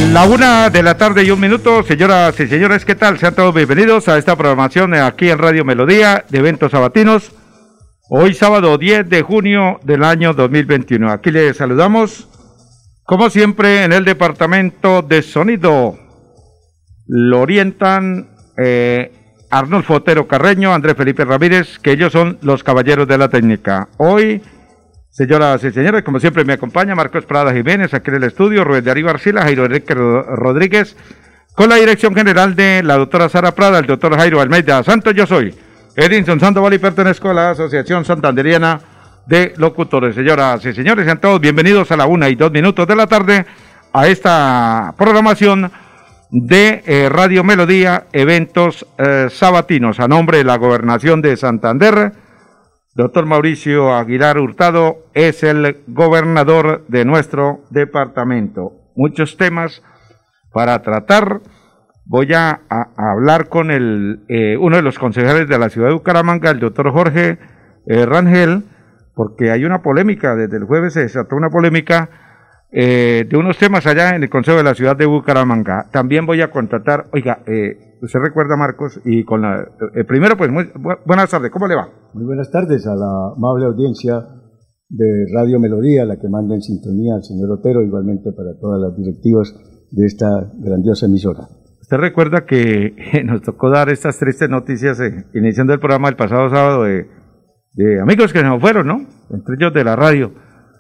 La 1:01 p.m, señoras y señores, ¿qué tal? Sean todos bienvenidos a esta programación aquí en Radio Melodía de eventos sabatinos. Hoy sábado 10 de junio del año 2021. Aquí les saludamos, como siempre, en el departamento de sonido. Lo orientan Arnulfo Otero Carreño, Andrés Felipe Ramírez, que ellos son los caballeros de la técnica. Hoy, señoras y señores, como siempre me acompaña Marcos Prada Jiménez aquí en el estudio, Rubén Darío Arcila, Jairo Enrique Rodríguez, con la dirección general de la doctora Sara Prada, el doctor Jairo Almeida Santos. Yo soy Edinson Sandoval y pertenezco a la Asociación Santanderiana de Locutores. Señoras y señores, sean todos bienvenidos a la 1:02 de la tarde a esta programación de Radio Melodía, eventos sabatinos. A nombre de la Gobernación de Santander, doctor Mauricio Aguilar Hurtado es el gobernador de nuestro departamento. Muchos temas para tratar. Voy a hablar con uno de los concejales de la ciudad de Bucaramanga, el doctor Jorge Rangel, porque hay una polémica. Desde el jueves se desató una polémica de unos temas allá en el Consejo de la Ciudad de Bucaramanga. También voy a contratar, usted recuerda, Marcos, y con primero pues buenas tardes, ¿cómo le va? Muy buenas tardes a la amable audiencia de Radio Melodía, la que manda en sintonía al señor Otero, igualmente para todas las directivas de esta grandiosa emisora. Usted recuerda que nos tocó dar estas tristes noticias iniciando el programa el pasado sábado de amigos que se nos fueron, ¿no? Entre ellos de la radio.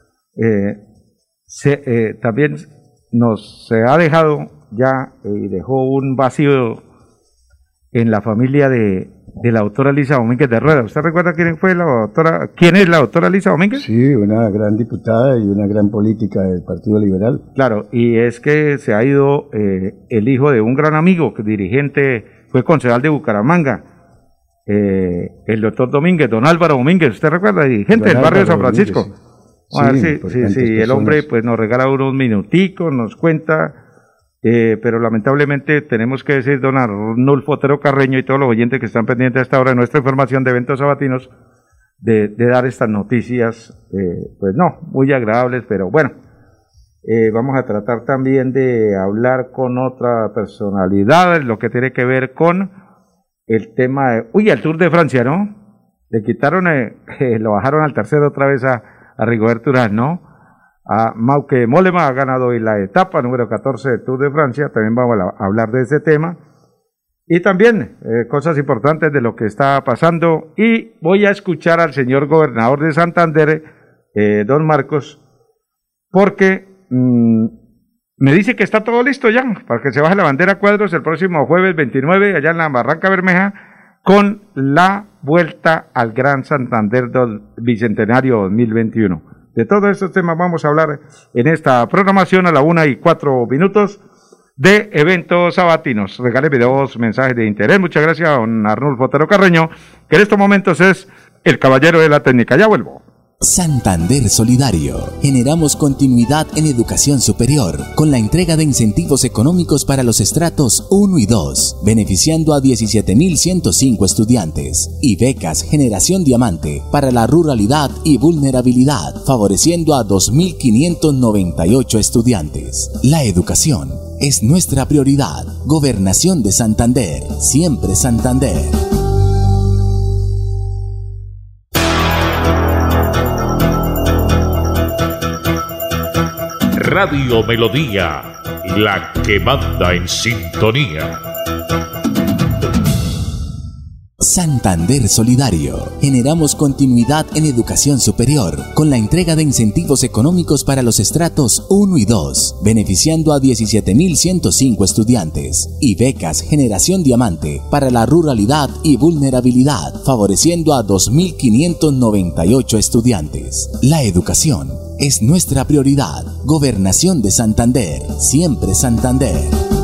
También se ha dejado ya y dejó un vacío en la familia de la doctora Elisa Domínguez de Rueda. ¿Usted recuerda quién es la doctora Elisa Domínguez? Sí, una gran diputada y una gran política del Partido Liberal. Claro, y es que se ha ido el hijo de un gran amigo, dirigente, fue concejal de Bucaramanga, el doctor Domínguez, don Álvaro Domínguez. ¿Usted recuerda? Dirigente del barrio de San Francisco. Domínguez, sí, el hombre pues nos regala unos minuticos, nos cuenta, pero lamentablemente tenemos que decir, don Arnulfo Otero Carreño y todos los oyentes que están pendientes a esta hora de nuestra información de eventos sabatinos, de dar estas noticias, pues no, muy agradables, pero bueno, vamos a tratar también de hablar con otra personalidad, lo que tiene que ver con el tema el Tour de Francia, ¿no? Le quitaron, lo bajaron al tercero otra vez a Rigoberto Urán, ¿no? A Mauke Mollema ha ganado hoy la etapa número 14 del Tour de Francia. También vamos a hablar de ese tema y también cosas importantes de lo que está pasando, y voy a escuchar al señor gobernador de Santander, don Marcos, porque me dice que está todo listo ya para que se baje la bandera a cuadros el próximo jueves 29 allá en la Barranca Bermeja, con la vuelta al Gran Santander del Bicentenario 2021. De todos estos temas vamos a hablar en esta programación a la 1:04 de eventos sabatinos. Regáleme 2 mensajes de interés. Muchas gracias a don Arnulfo Otero Carreño, que en estos momentos es el caballero de la técnica. Ya vuelvo. Santander Solidario. Generamos continuidad en educación superior con la entrega de incentivos económicos para los estratos 1 y 2, beneficiando a 17.105 estudiantes, y becas Generación Diamante para la ruralidad y vulnerabilidad, favoreciendo a 2.598 estudiantes. La educación es nuestra prioridad. Gobernación de Santander, siempre Santander. Radio Melodía, la que manda en sintonía. Santander Solidario. Generamos continuidad en educación superior con la entrega de incentivos económicos para los estratos 1 y 2, beneficiando a 17.105 estudiantes, y becas Generación Diamante para la ruralidad y vulnerabilidad, favoreciendo a 2.598 estudiantes. La educación es nuestra prioridad. Gobernación de Santander, siempre Santander.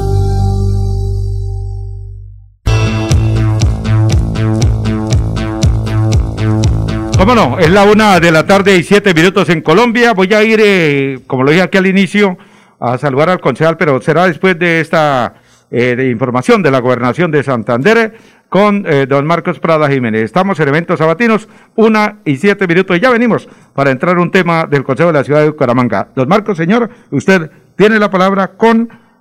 ¿Cómo no? Es la 1:07 p.m. en Colombia. Voy a ir, como lo dije aquí al inicio, a saludar al concejal, pero será después de esta de información de la Gobernación de Santander con don Marcos Prada Jiménez. Estamos en eventos sabatinos, 1:07 p.m. y ya venimos para entrar un tema del Consejo de la Ciudad de Bucaramanga. Don Marcos, señor, usted tiene la palabra con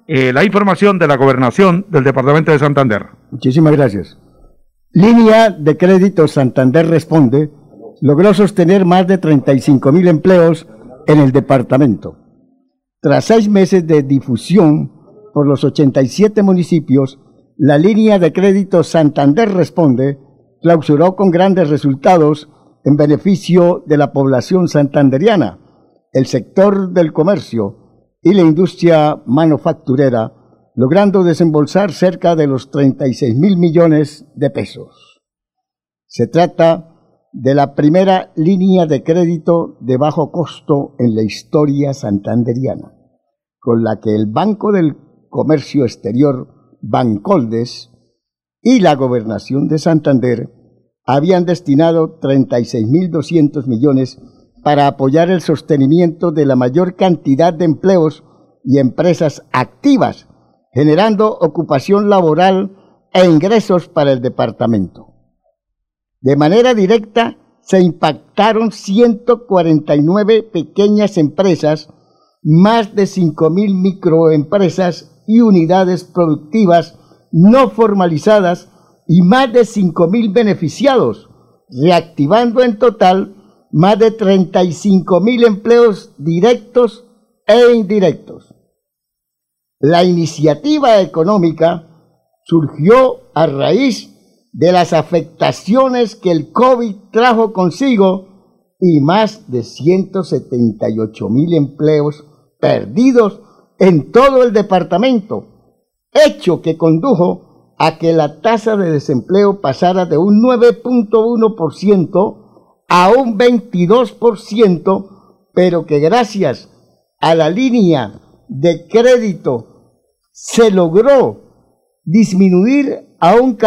la información de la Gobernación del Departamento de Santander. Muchísimas gracias. Línea de Crédito Santander Responde logró sostener más de 35.000 empleos en el departamento. Tras 6 meses de difusión por los 87 municipios, la línea de crédito Santander Responde clausuró con grandes resultados en beneficio de la población santanderiana, el sector del comercio y la industria manufacturera, logrando desembolsar cerca de los 36.000 millones de pesos. Se trata de la primera línea de crédito de bajo costo en la historia santanderiana, con la que el Banco del Comercio Exterior, Bancoldes, y la Gobernación de Santander habían destinado 36.200 millones para apoyar el sostenimiento de la mayor cantidad de empleos y empresas activas, generando ocupación laboral e ingresos para el departamento. De manera directa, se impactaron 149 pequeñas empresas, más de 5.000 microempresas y unidades productivas no formalizadas y más de 5.000 beneficiados, reactivando en total más de 35.000 empleos directos e indirectos. La iniciativa económica surgió a raíz de las afectaciones que el COVID trajo consigo y más de 178.000 empleos perdidos en todo el departamento, hecho que condujo a que la tasa de desempleo pasara de un 9.1% a un 22%, pero que gracias a la línea de crédito se logró disminuir a un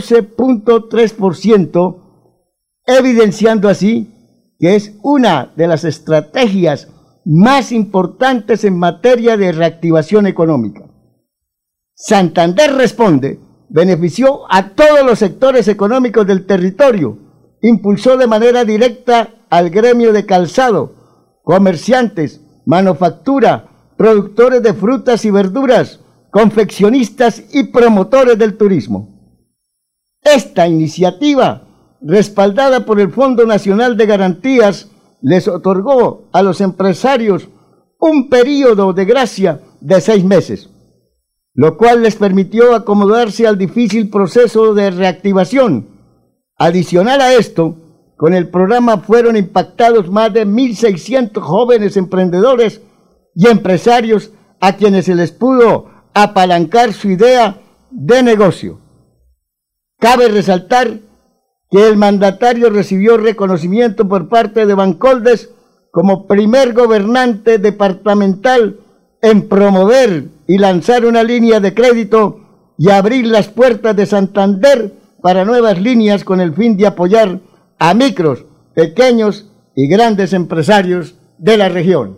14.3%, evidenciando así que es una de las estrategias más importantes en materia de reactivación económica. Santander Responde benefició a todos los sectores económicos del territorio, impulsó de manera directa al gremio de calzado, comerciantes, manufactura, productores de frutas y verduras, confeccionistas y promotores del turismo. Esta iniciativa, respaldada por el Fondo Nacional de Garantías, les otorgó a los empresarios un período de gracia de 6 meses, lo cual les permitió acomodarse al difícil proceso de reactivación. Adicional a esto, con el programa fueron impactados más de 1.600 jóvenes emprendedores y empresarios a quienes se les pudo apalancar su idea de negocio. Cabe resaltar que el mandatario recibió reconocimiento por parte de Bancoldes como primer gobernante departamental en promover y lanzar una línea de crédito y abrir las puertas de Santander para nuevas líneas con el fin de apoyar a micros, pequeños y grandes empresarios de la región.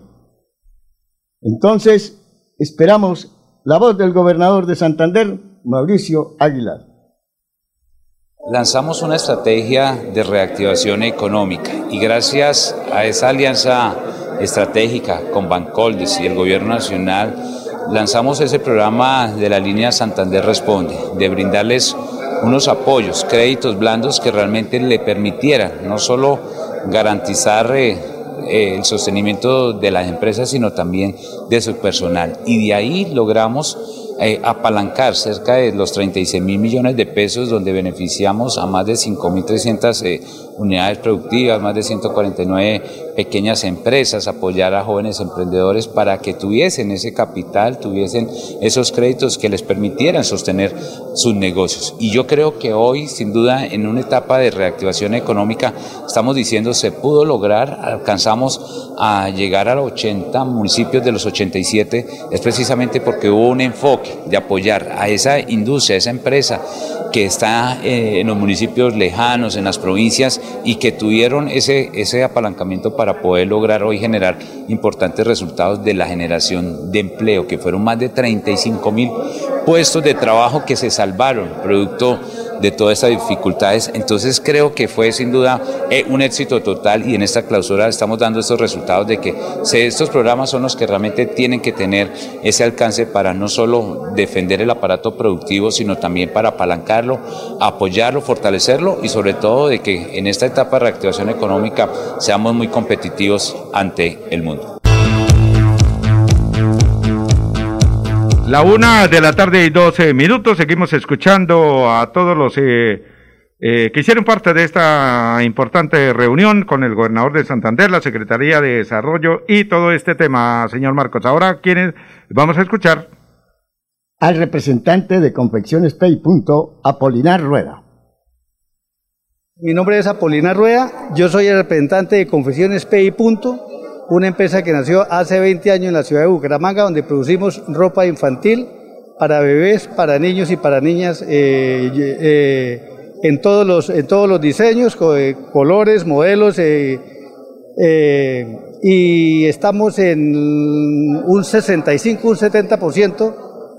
Entonces, esperamos la voz del gobernador de Santander, Mauricio Aguilar. Lanzamos una estrategia de reactivación económica y gracias a esa alianza estratégica con Bancoldes y el Gobierno Nacional, lanzamos ese programa de la línea Santander Responde, de brindarles unos apoyos, créditos blandos que realmente le permitieran no solo garantizar el sostenimiento de las empresas, sino también de su personal. Y de ahí logramos apalancar cerca de los 36.000 millones de pesos, donde beneficiamos a más de 5.300 unidades productivas, más de 149 pequeñas empresas, apoyar a jóvenes emprendedores para que tuviesen ese capital, tuviesen esos créditos que les permitieran sostener sus negocios. Y yo creo que hoy, sin duda, en una etapa de reactivación económica, estamos diciendo se pudo lograr, alcanzamos a llegar a los 80 municipios de los 87, es precisamente porque hubo un enfoque de apoyar a esa industria, a esa empresa que está en los municipios lejanos, en las provincias, y que tuvieron ese apalancamiento para poder lograr hoy generar importantes resultados de la generación de empleo, que fueron más de 35.000 puestos de trabajo que se salvaron, producto de todas estas dificultades. Entonces creo que fue sin duda un éxito total, y en esta clausura estamos dando estos resultados de que estos programas son los que realmente tienen que tener ese alcance para no solo defender el aparato productivo, sino también para apalancarlo, apoyarlo, fortalecerlo, y sobre todo de que en esta etapa de reactivación económica seamos muy competitivos ante el mundo. La 1:12 PM, seguimos escuchando a todos los que hicieron parte de esta importante reunión con el gobernador de Santander, la Secretaría de Desarrollo y todo este tema, señor Marcos. Ahora, ¿quiénes vamos a escuchar? Al representante de Confecciones Pay. Apolinar Rueda. Mi nombre es Apolinar Rueda, yo soy el representante de Confecciones Pay. Una empresa que nació hace 20 años en la ciudad de Bucaramanga, donde producimos ropa infantil para bebés, para niños y para niñas, en todos los diseños, colores, modelos, y estamos en un 65, un 70%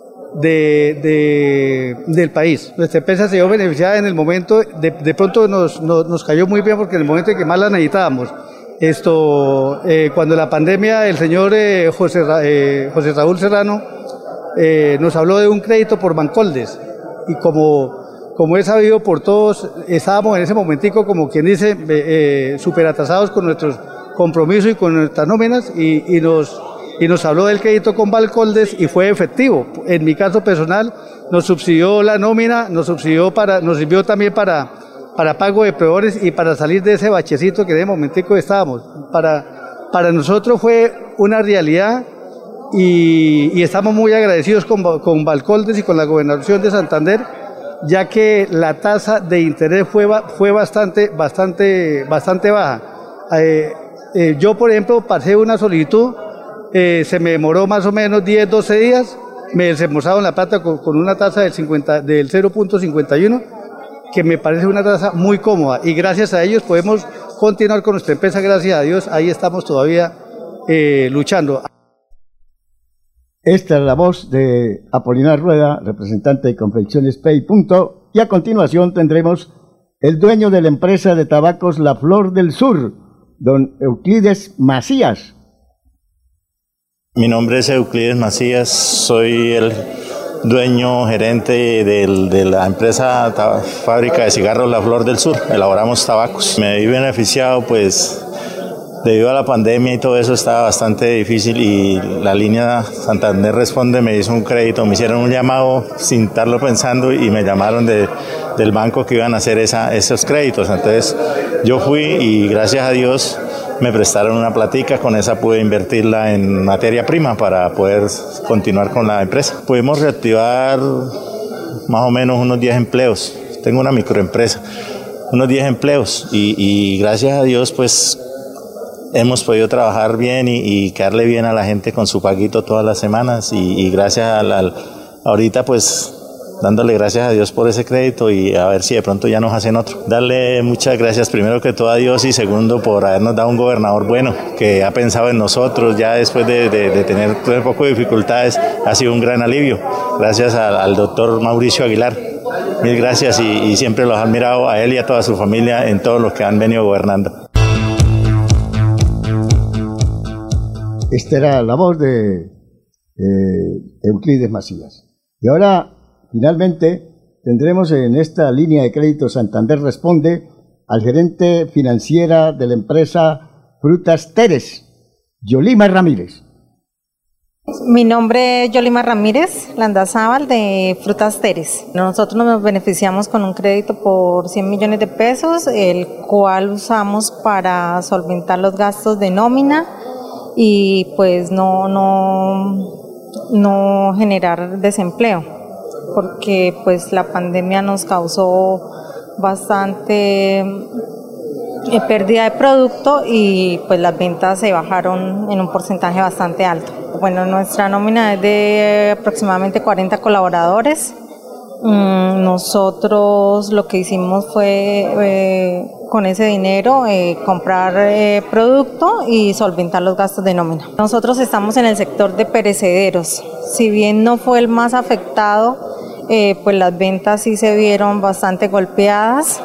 del país. Nuestra empresa se vio beneficiada en el momento, de pronto nos cayó muy bien, porque en el momento en que más la necesitábamos. Cuando la pandemia, el señor José Raúl Serrano nos habló de un crédito por Bancoldes, y como es sabido por todos, estábamos en ese momentico, como quien dice, súper atrasados con nuestros compromisos y con nuestras nóminas, y nos habló del crédito con Bancoldes, y fue efectivo. En mi caso personal, nos subsidió la nómina, nos sirvió también para pago de proveedores y para salir de ese bachecito que de momentico estábamos. Para nosotros fue una realidad, y estamos muy agradecidos con Bancoldes y con la Gobernación de Santander, ya que la tasa de interés fue bastante baja. Yo, por ejemplo, pasé una solicitud, se me demoró más o menos 10-12 días, me desembolsaron la plata con una tasa del 0.51, que me parece una tasa muy cómoda, y gracias a ellos podemos continuar con nuestra empresa. Gracias a Dios, ahí estamos todavía luchando. Esta es la voz de Apolinar Rueda, representante de Confecciones Pay. Y a continuación tendremos el dueño de la empresa de tabacos La Flor del Sur, don Euclides Macías. Mi nombre es Euclides Macías, soy el dueño gerente de la empresa fábrica de cigarros La Flor del Sur. Elaboramos tabacos. Me vi beneficiado, pues debido a la pandemia y todo eso estaba bastante difícil, y la línea Santander Responde me hizo un crédito, me hicieron un llamado sin estarlo pensando, y me llamaron del banco que iban a hacer esos créditos. Entonces yo fui, y gracias a Dios me prestaron una platica, con esa pude invertirla en materia prima para poder continuar con la empresa. Pudimos reactivar más o menos unos 10 empleos, tengo una microempresa, unos 10 empleos, y gracias a Dios pues hemos podido trabajar bien y quedarle bien a la gente con su paguito todas las semanas, y gracias ahorita pues dándole gracias a Dios por ese crédito, y a ver si de pronto ya nos hacen otro. Darle muchas gracias primero que todo a Dios, y segundo por habernos dado un gobernador bueno, que ha pensado en nosotros. Ya después de tener un poco de dificultades, ha sido un gran alivio. Gracias al doctor Mauricio Aguilar. Mil gracias, y siempre los han mirado a él y a toda su familia en todo lo que han venido gobernando. Esta era la voz de Euclides Macías. Y ahora, finalmente, tendremos en esta línea de crédito Santander Responde al gerente financiera de la empresa Frutas Teres, Yolima Ramírez. Mi nombre es Yolima Ramírez Landazábal, de Frutas Teres. Nosotros nos beneficiamos con un crédito por 100 millones de pesos, el cual usamos para solventar los gastos de nómina y pues no generar desempleo, porque pues la pandemia nos causó bastante pérdida de producto y pues las ventas se bajaron en un porcentaje bastante alto. Bueno, nuestra nómina es de aproximadamente 40 colaboradores. Nosotros lo que hicimos fue con ese dinero comprar producto y solventar los gastos de nómina. Nosotros estamos en el sector de perecederos. Si bien no fue el más afectado, pues las ventas sí se vieron bastante golpeadas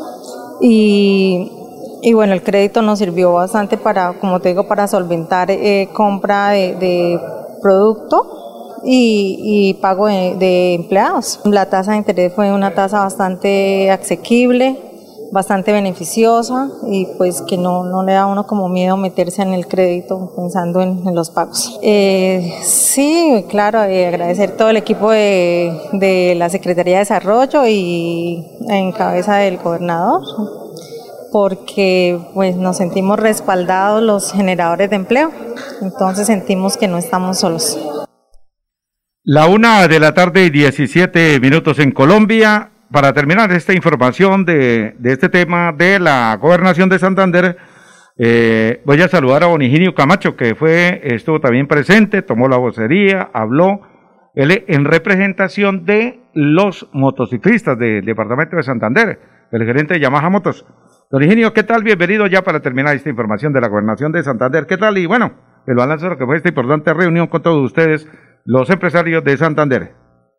y bueno, el crédito nos sirvió bastante para, como te digo, para solventar compra de producto y pago de empleados. La tasa de interés fue una tasa bastante asequible, bastante beneficiosa y pues que no le da a uno como miedo meterse en el crédito pensando en los pagos. Sí, claro, agradecer todo el equipo de la Secretaría de Desarrollo y en cabeza del gobernador, porque pues nos sentimos respaldados los generadores de empleo, entonces sentimos que no estamos solos. La 1:17 en Colombia. Para terminar esta información de este tema de la Gobernación de Santander, voy a saludar a don Higinio Camacho, que estuvo también presente, tomó la vocería, habló, él en representación de los motociclistas del departamento de Santander, el gerente de Yamaha Motos. Don Higinio, ¿qué tal? Bienvenido ya para terminar esta información de la Gobernación de Santander. ¿Qué tal? Y bueno, el balance de lo que fue esta importante reunión con todos ustedes, los empresarios de Santander.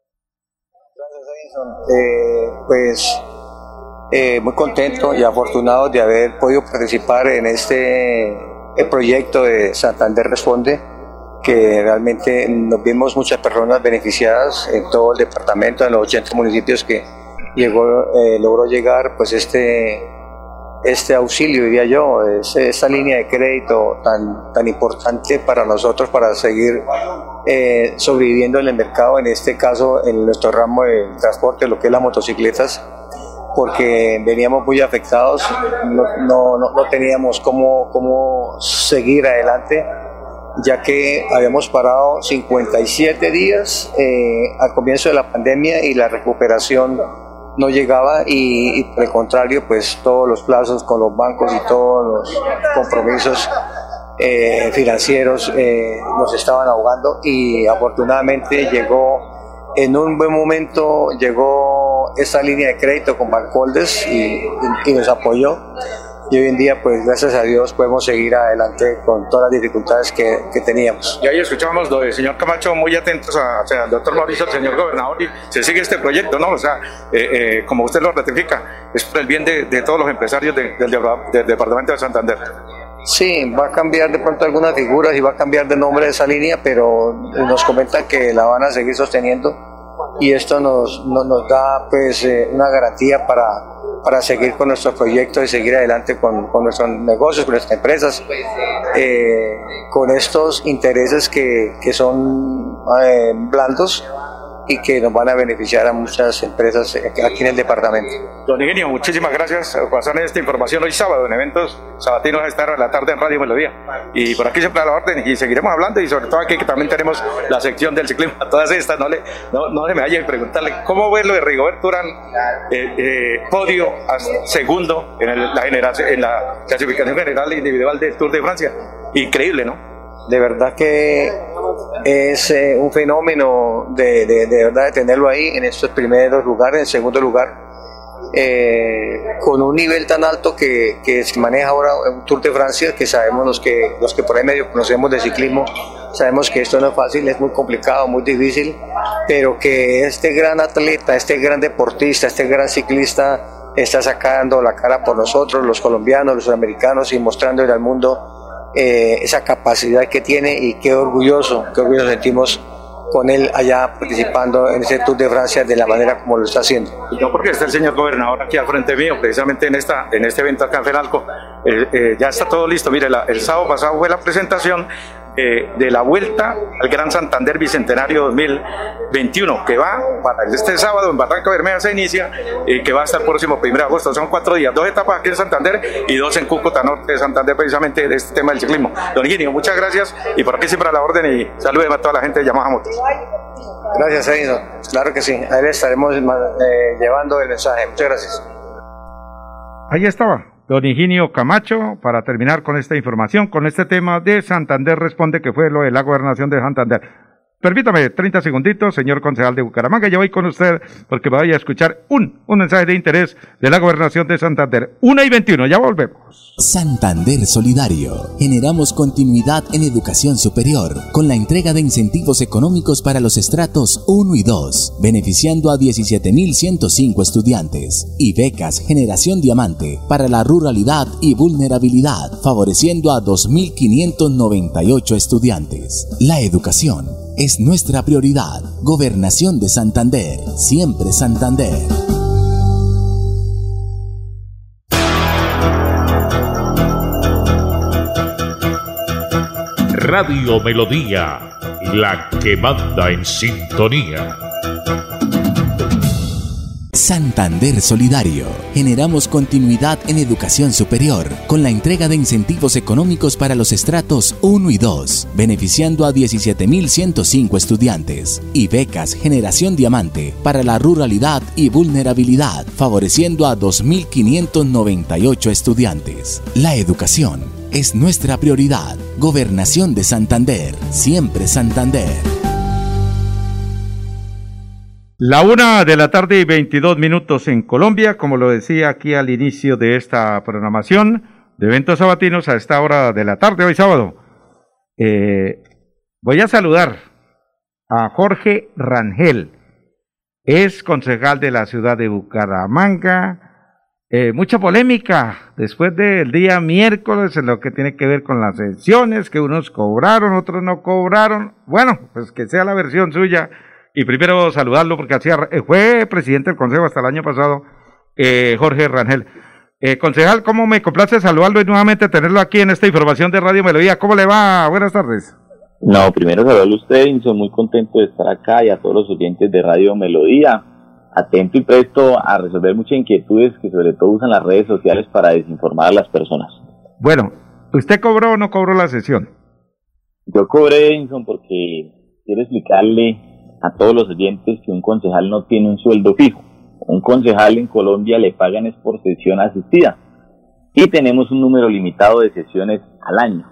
Muy contento y afortunado de haber podido participar en este proyecto de Santander Responde, que realmente nos vimos muchas personas beneficiadas en todo el departamento, en los 80 municipios que logró llegar pues este auxilio, diría yo, esta línea de crédito tan importante para nosotros para seguir sobreviviendo en el mercado, en este caso en nuestro ramo de transporte, lo que es las motocicletas, porque veníamos muy afectados, no teníamos cómo seguir adelante, ya que habíamos parado 57 días al comienzo de la pandemia y la recuperación no llegaba y por el contrario, pues todos los plazos con los bancos y todos los compromisos financieros nos estaban ahogando, y afortunadamente llegó en un buen momento, llegó esta línea de crédito con Bancoldes y nos apoyó, y hoy en día pues gracias a Dios podemos seguir adelante con todas las dificultades que teníamos. Y ahí escuchamos lo del señor Camacho, muy atentos al doctor Mauricio, al señor gobernador, y se sigue este proyecto, ¿no? O sea, como usted lo ratifica, es por el bien de todos los empresarios del departamento de Santander. Sí, va a cambiar de pronto algunas figuras y va a cambiar de nombre de esa línea, pero nos comentan que la van a seguir sosteniendo, y esto nos da pues una garantía para seguir con nuestros proyectos y seguir adelante con nuestros negocios, con nuestras empresas, con estos intereses que son blandos y que nos van a beneficiar a muchas empresas aquí en el departamento. Don Higinio, muchísimas gracias por pasarme esta información hoy sábado en Eventos Sabatinos, a esta hora de la tarde en Radio Melodía. Y por aquí siempre a la orden, y seguiremos hablando, y sobre todo aquí que también tenemos la sección del ciclismo. A todas estas, no se me vaya a preguntarle cómo ve lo de Rigobert Urán, podio segundo en la clasificación general individual del Tour de Francia. Increíble, ¿no? De verdad que es un fenómeno de verdad de tenerlo ahí en estos primeros lugares, en segundo lugar, con un nivel tan alto que se maneja ahora un Tour de Francia, que sabemos los que por ahí medio conocemos de ciclismo, sabemos que esto no es fácil, es muy complicado, muy difícil, pero que este gran atleta, este gran deportista, este gran ciclista está sacando la cara por nosotros, los colombianos, los sudamericanos, y mostrándole al mundo esa capacidad que tiene, y qué orgulloso sentimos con él allá participando en ese Tour de Francia de la manera como lo está haciendo. No, porque está el señor gobernador aquí al frente mío, precisamente en este evento acá en Fenalco. Ya está todo listo. Mire, el sábado pasado fue la presentación de la Vuelta al Gran Santander Bicentenario 2021, que va para este sábado en Barranca Bermeja, se inicia, que va hasta el próximo 1 de agosto. Son 4 días, 2 etapas aquí en Santander y 2 en Cúcuta Norte de Santander, precisamente de este tema del ciclismo. Don Higinio, muchas gracias, y por aquí siempre a la orden, y saluden a toda la gente de Yamaha Motos. Gracias, Edison. Claro que sí, a él estaremos llevando el mensaje. Muchas gracias. Ahí estaba don Higinio Camacho, para terminar con esta información, con este tema de Santander Responde, que fue lo de la Gobernación de Santander. Permítame 30 segunditos, señor concejal de Bucaramanga, ya voy con usted porque me voy a escuchar un mensaje de interés de la Gobernación de Santander. 1:21, ya volvemos. Santander Solidario. Generamos continuidad en educación superior con la entrega de incentivos económicos para los estratos 1 y 2, beneficiando a 17.105 estudiantes, y becas Generación Diamante para la ruralidad y vulnerabilidad, favoreciendo a 2.598 estudiantes. La educación es nuestra prioridad. Gobernación de Santander, siempre Santander. Radio Melodía, la que manda en sintonía. Santander Solidario. Generamos continuidad en educación superior con la entrega de incentivos económicos para los estratos 1 y 2, beneficiando a 17.105 estudiantes, y becas Generación Diamante para la ruralidad y vulnerabilidad, favoreciendo a 2.598 estudiantes. La educación es nuestra prioridad. Gobernación de Santander, siempre Santander. La 1:22 en Colombia, como lo decía aquí al inicio de esta programación de eventos sabatinos a esta hora de la tarde, hoy sábado. Voy a saludar a Jorge Rangel, es concejal de la ciudad de Bucaramanga. Mucha polémica después del día miércoles en lo que tiene que ver con las sesiones, que unos cobraron, otros no cobraron. Bueno, pues que sea la versión suya. Y primero saludarlo porque fue presidente del Consejo hasta el año pasado, Jorge Rangel. Concejal, ¿cómo me complace saludarlo y nuevamente tenerlo aquí en esta información de Radio Melodía? ¿Cómo le va? Buenas tardes. No, primero saludarlo a usted, Edinson, muy contento de estar acá, y a todos los oyentes de Radio Melodía, atento y presto a resolver muchas inquietudes que sobre todo usan las redes sociales para desinformar a las personas. Bueno, ¿usted cobró o no cobró la sesión? Yo cobré, Edinson, porque quiero explicarle a todos los oyentes que un concejal no tiene un sueldo fijo. Un concejal en Colombia le pagan es por sesión asistida, y tenemos un número limitado de sesiones al año.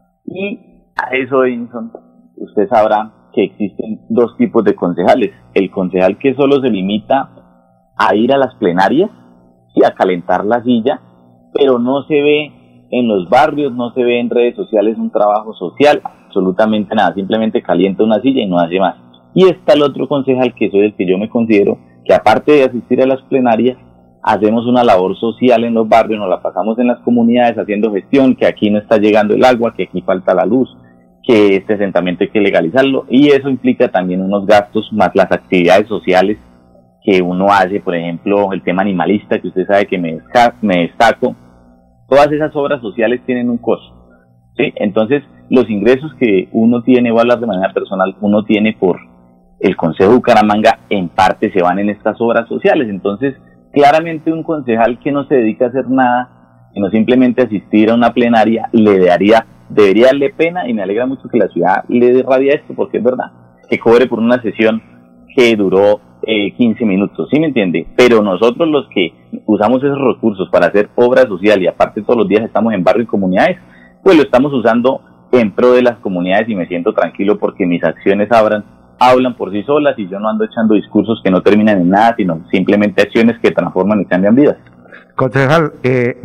Y a eso, Edinson, usted sabrá que existen dos tipos de concejales: el concejal que solo se limita a ir a las plenarias y a calentar la silla, pero no se ve en los barrios, no se ve en redes sociales un trabajo social, absolutamente nada, simplemente calienta una silla y no hace más. Y está el otro concejal, que soy el que yo me considero, que aparte de asistir a las plenarias, hacemos una labor social en los barrios, nos la pasamos en las comunidades haciendo gestión, que aquí no está llegando el agua, que aquí falta la luz, que este asentamiento hay que legalizarlo, y eso implica también unos gastos más las actividades sociales que uno hace, por ejemplo, el tema animalista, que usted sabe que me destaco. Todas esas obras sociales tienen un costo, ¿sí? Entonces, los ingresos que uno tiene, voy a hablar de manera personal, uno tiene por el Consejo de Bucaramanga, en parte se van en estas obras sociales. Entonces, claramente un concejal que no se dedica a hacer nada, sino simplemente asistir a una plenaria, debería darle pena, y me alegra mucho que la ciudad le dé rabia esto, porque es verdad, que cobre por una sesión que duró 15 minutos, ¿sí me entiende? Pero nosotros, los que usamos esos recursos para hacer obra social, y aparte todos los días estamos en barrios y comunidades, pues lo estamos usando en pro de las comunidades, y me siento tranquilo porque mis acciones hablan por sí solas, y yo no ando echando discursos que no terminan en nada, sino simplemente acciones que transforman y cambian vidas. Concejal,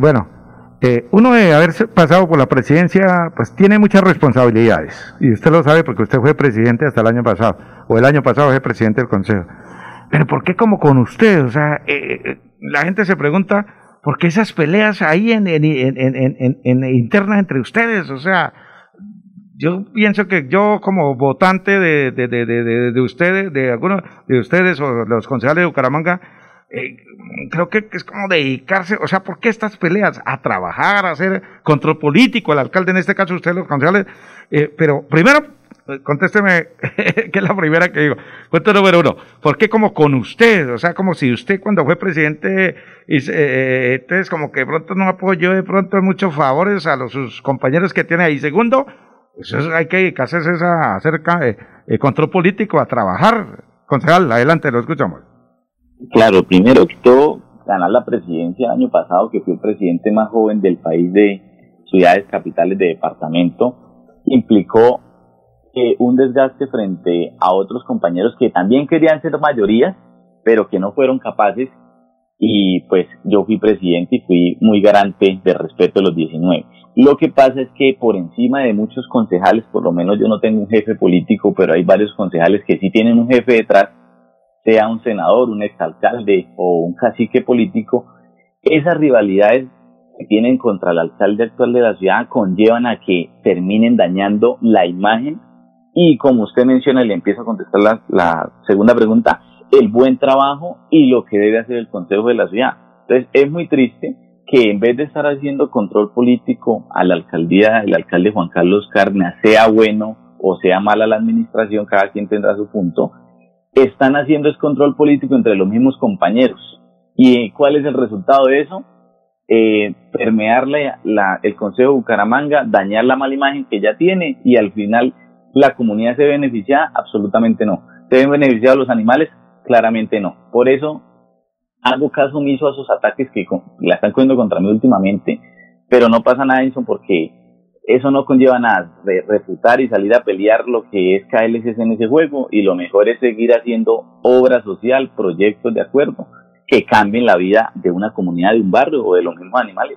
uno de haber pasado por la presidencia, pues tiene muchas responsabilidades, y usted lo sabe porque usted fue presidente hasta el año pasado, o el año pasado fue presidente del Consejo. Pero ¿por qué como con usted? O sea, la gente se pregunta, ¿por qué esas peleas ahí en internas entre ustedes? O sea, yo pienso que yo como votante de ustedes, de algunos de ustedes o los concejales de Bucaramanga, creo que es como dedicarse, o sea, ¿por qué estas peleas? A trabajar, a hacer control político, el alcalde en este caso, ustedes los concejales, pero primero, contésteme, que es la primera que digo. Punto número 1, ¿por qué como con usted? O sea, como si usted cuando fue presidente, entonces como que de pronto no apoyó de pronto muchos favores a sus compañeros que tiene ahí. Segundo, eso hay que dedicarse a hacer control político, a trabajar. Concejal, adelante, lo escuchamos. Claro, primero que todo, ganar la presidencia el año pasado, que fui el presidente más joven del país de ciudades capitales de departamento, implicó un desgaste frente a otros compañeros que también querían ser mayorías, pero que no fueron capaces, y pues yo fui presidente y fui muy garante del respeto de los 19. Lo que pasa es que por encima de muchos concejales, por lo menos yo no tengo un jefe político, pero hay varios concejales que sí tienen un jefe detrás, sea un senador, un exalcalde o un cacique político. Esas rivalidades que tienen contra el alcalde actual de la ciudad conllevan a que terminen dañando la imagen y, como usted menciona, le empiezo a contestar la segunda pregunta, el buen trabajo y lo que debe hacer el consejo de la ciudad. Entonces es muy triste que en vez de estar haciendo control político a la alcaldía, el alcalde Juan Carlos Cárdenas, sea bueno o sea mala la administración, cada quien tendrá su punto, están haciendo es control político entre los mismos compañeros. ¿Y cuál es el resultado de eso? Permear el Consejo de Bucaramanga, dañar la mala imagen que ya tiene, y al final la comunidad se ve beneficiada. Absolutamente no. ¿Se ven beneficiados los animales? Claramente no. Por eso hago caso omiso a esos ataques que la están cogiendo contra mí últimamente, pero no pasa nada, Edison, porque eso no conlleva nada, refutar y salir a pelear lo que es KLCC en ese juego, y lo mejor es seguir haciendo obra social, proyectos de acuerdo, que cambien la vida de una comunidad, de un barrio o de los mismos animales.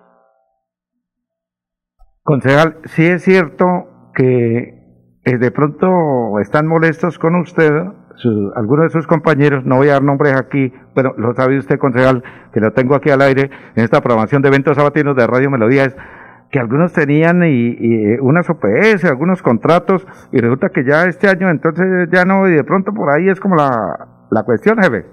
Concejal, sí es cierto que de pronto están molestos con usted, algunos de sus compañeros, no voy a dar nombres aquí, pero lo sabe usted, concejal, que lo tengo aquí al aire, en esta programación de eventos sabatinos de Radio Melodía, es que algunos tenían y unas OPS, algunos contratos, y resulta que ya este año entonces ya no, y de pronto por ahí es como la cuestión, jefe.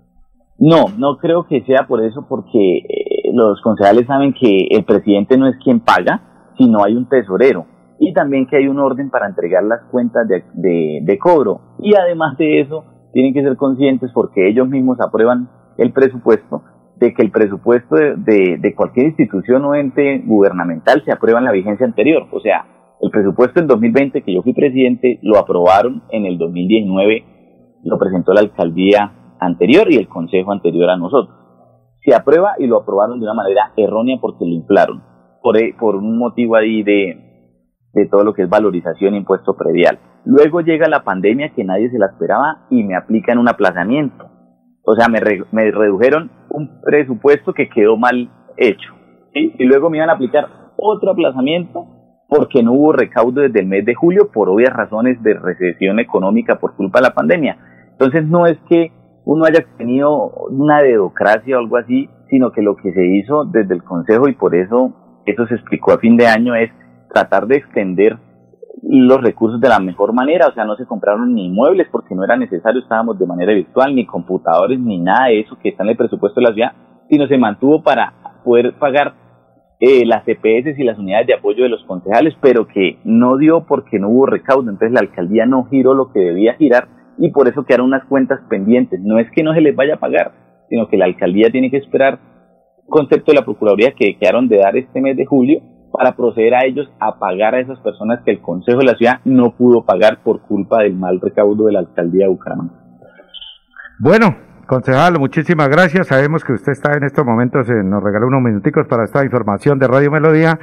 No creo que sea por eso, porque los concejales saben que el presidente no es quien paga, sino hay un tesorero, y también que hay un orden para entregar las cuentas de cobro, y además de eso tienen que ser conscientes, porque ellos mismos aprueban el presupuesto, de que el presupuesto de cualquier institución o ente gubernamental se aprueba en la vigencia anterior. O sea, el presupuesto del 2020, que yo fui presidente, lo aprobaron en el 2019, lo presentó la alcaldía anterior y el consejo anterior a nosotros. Se aprueba y lo aprobaron de una manera errónea porque lo inflaron, por un motivo ahí de todo lo que es valorización e impuesto predial. Luego llega la pandemia, que nadie se la esperaba, y me aplican un aplazamiento. O sea, me redujeron un presupuesto que quedó mal hecho, ¿sí? Y luego me iban a aplicar otro aplazamiento porque no hubo recaudo desde el mes de julio por obvias razones de recesión económica por culpa de la pandemia. Entonces no es que uno haya tenido una dedocracia o algo así, sino que lo que se hizo desde el Consejo, y por eso se explicó a fin de año, es tratar de extender los recursos de la mejor manera. O sea, no se compraron ni muebles porque no era necesario, estábamos de manera virtual, ni computadores, ni nada de eso que está en el presupuesto de la ciudad, sino se mantuvo para poder pagar las EPS y las unidades de apoyo de los concejales, pero que no dio porque no hubo recaudo. Entonces la alcaldía no giró lo que debía girar, y por eso quedaron unas cuentas pendientes. No es que no se les vaya a pagar, sino que la alcaldía tiene que esperar concepto de la Procuraduría que quedaron de dar este mes de julio, para proceder a ellos a pagar a esas personas que el Consejo de la Ciudad no pudo pagar por culpa del mal recaudo de la alcaldía de Bucaramanga. Bueno, concejal, muchísimas gracias. Sabemos que usted está en estos momentos, nos regaló unos minuticos para esta información de Radio Melodía,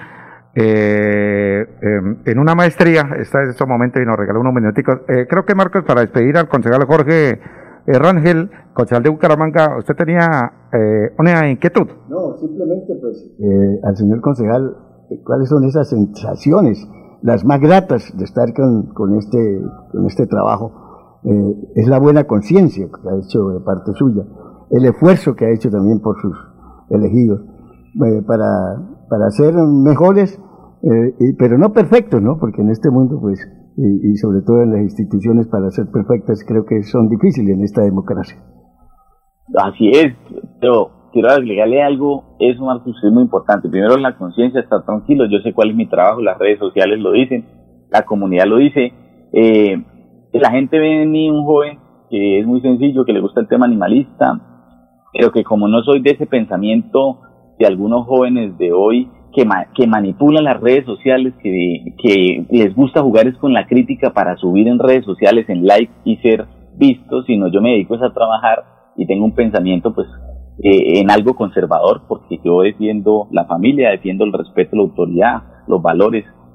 en una maestría, está en estos momentos y nos regaló unos minuticos. Creo que, Marcos, para despedir al concejal Jorge Rangel, concejal de Bucaramanga, ¿usted tenía una inquietud? No, simplemente pues al señor concejal, ¿cuáles son esas sensaciones, las más gratas de estar con este trabajo? Es la buena conciencia que ha hecho de parte suya, el esfuerzo que ha hecho también por sus elegidos, para ser mejores, pero no perfectos, ¿no? Porque en este mundo, pues, y sobre todo en las instituciones, para ser perfectas, creo que son difíciles en esta democracia. Así es, pero quiero agregarle algo, eso, Marcos, es muy importante. Primero, la conciencia, estar tranquilo. Yo sé cuál es mi trabajo, las redes sociales lo dicen, la comunidad lo dice. La gente ve en mí un joven que es muy sencillo, que le gusta el tema animalista, pero que como no soy de ese pensamiento de algunos jóvenes de hoy que manipulan las redes sociales, que les gusta jugar es con la crítica para subir en redes sociales, en like y ser vistos, sino yo me dedico a trabajar y tengo un pensamiento pues en algo conservador, porque yo defiendo la familia, defiendo el respeto a la autoridad, los valores. Bueno,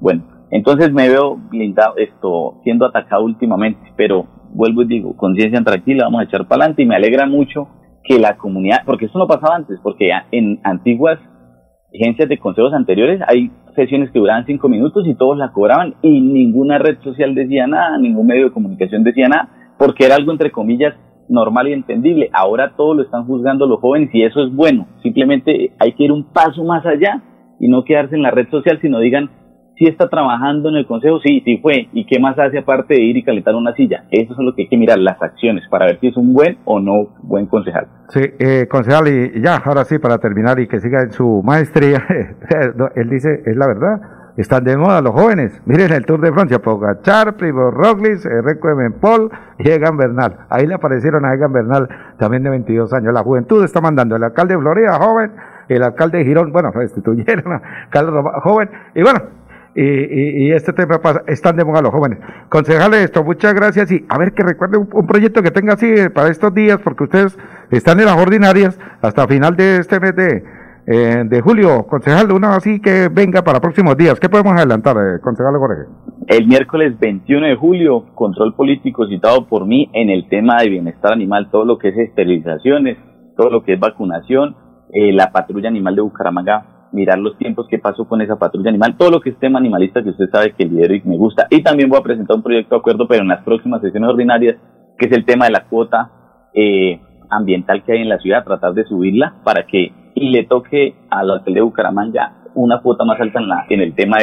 Entonces me veo blindado, siendo atacado últimamente, pero vuelvo y digo, conciencia tranquila, vamos a echar para adelante, y me alegra mucho que la comunidad, porque eso no pasaba antes, porque en antiguas agencias de consejos anteriores hay sesiones que duraban 5 minutos y todos la cobraban y ninguna red social decía nada, ningún medio de comunicación decía nada, porque era algo entre comillas normal y entendible. Ahora todo lo están juzgando los jóvenes y eso es bueno, simplemente hay que ir un paso más allá y no quedarse en la red social, sino digan, si está trabajando en el consejo, sí fue, y qué más hace aparte de ir y calentar una silla. Eso es lo que hay que mirar, las acciones, para ver si es un buen o no buen concejal. Sí, concejal, y ya, ahora sí, para terminar y que siga en su maestría, él dice, es la verdad, están de moda los jóvenes. Miren el Tour de Francia, Pogacar, Primož Roglič, Renko Evenepoel y Egan Bernal. Ahí le aparecieron a Egan Bernal, también de 22 años. La juventud está mandando, el alcalde de Florida, joven, el alcalde de Girón, bueno, restituyeron a Carlos joven, y bueno, y este tema pasa, están de moda los jóvenes. Concejales, muchas gracias, y a ver que recuerde un proyecto que tenga así para estos días, porque ustedes están en las ordinarias hasta final de este mes de julio. Concejal, uno así que venga para próximos días. ¿Qué podemos adelantar, concejal Jorge? El miércoles 21 de julio, control político citado por mí en el tema de bienestar animal, todo lo que es esterilizaciones, todo lo que es vacunación, la patrulla animal de Bucaramanga, mirar los tiempos que pasó con esa patrulla animal, todo lo que es tema animalista que usted sabe que lidero y me gusta, y también voy a presentar un proyecto de acuerdo, pero en las próximas sesiones ordinarias, que es el tema de la cuota ambiental que hay en la ciudad, tratar de subirla para que le toque a la alcaldía de Bucaramanga una cuota más alta en el tema